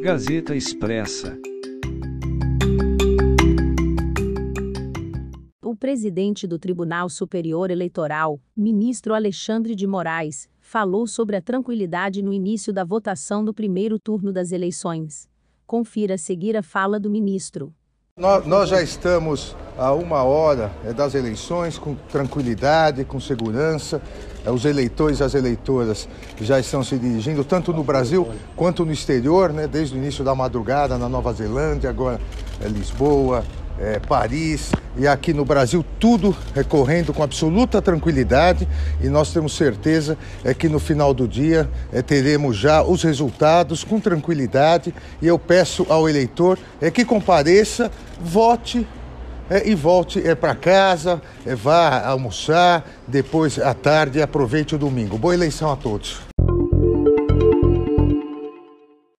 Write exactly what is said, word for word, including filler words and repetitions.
Gazeta Expressa. O presidente do Tribunal Superior Eleitoral, ministro Alexandre de Moraes, falou sobre a tranquilidade no início da votação do primeiro turno das eleições. Confira a seguir a fala do ministro. Nós, nós já estamos a uma hora é, das eleições, com tranquilidade, com segurança. É, os eleitores e as eleitoras já estão se dirigindo, tanto no Brasil quanto no exterior, né, desde o início da madrugada, na Nova Zelândia, agora é, Lisboa, é, Paris, e aqui no Brasil tudo recorrendo com absoluta tranquilidade, e nós temos certeza é, que no final do dia é, teremos já os resultados com tranquilidade, e eu peço ao eleitor é, que compareça, vote é, e volte é, para casa, é, vá almoçar, depois à tarde aproveite o domingo. Boa eleição a todos.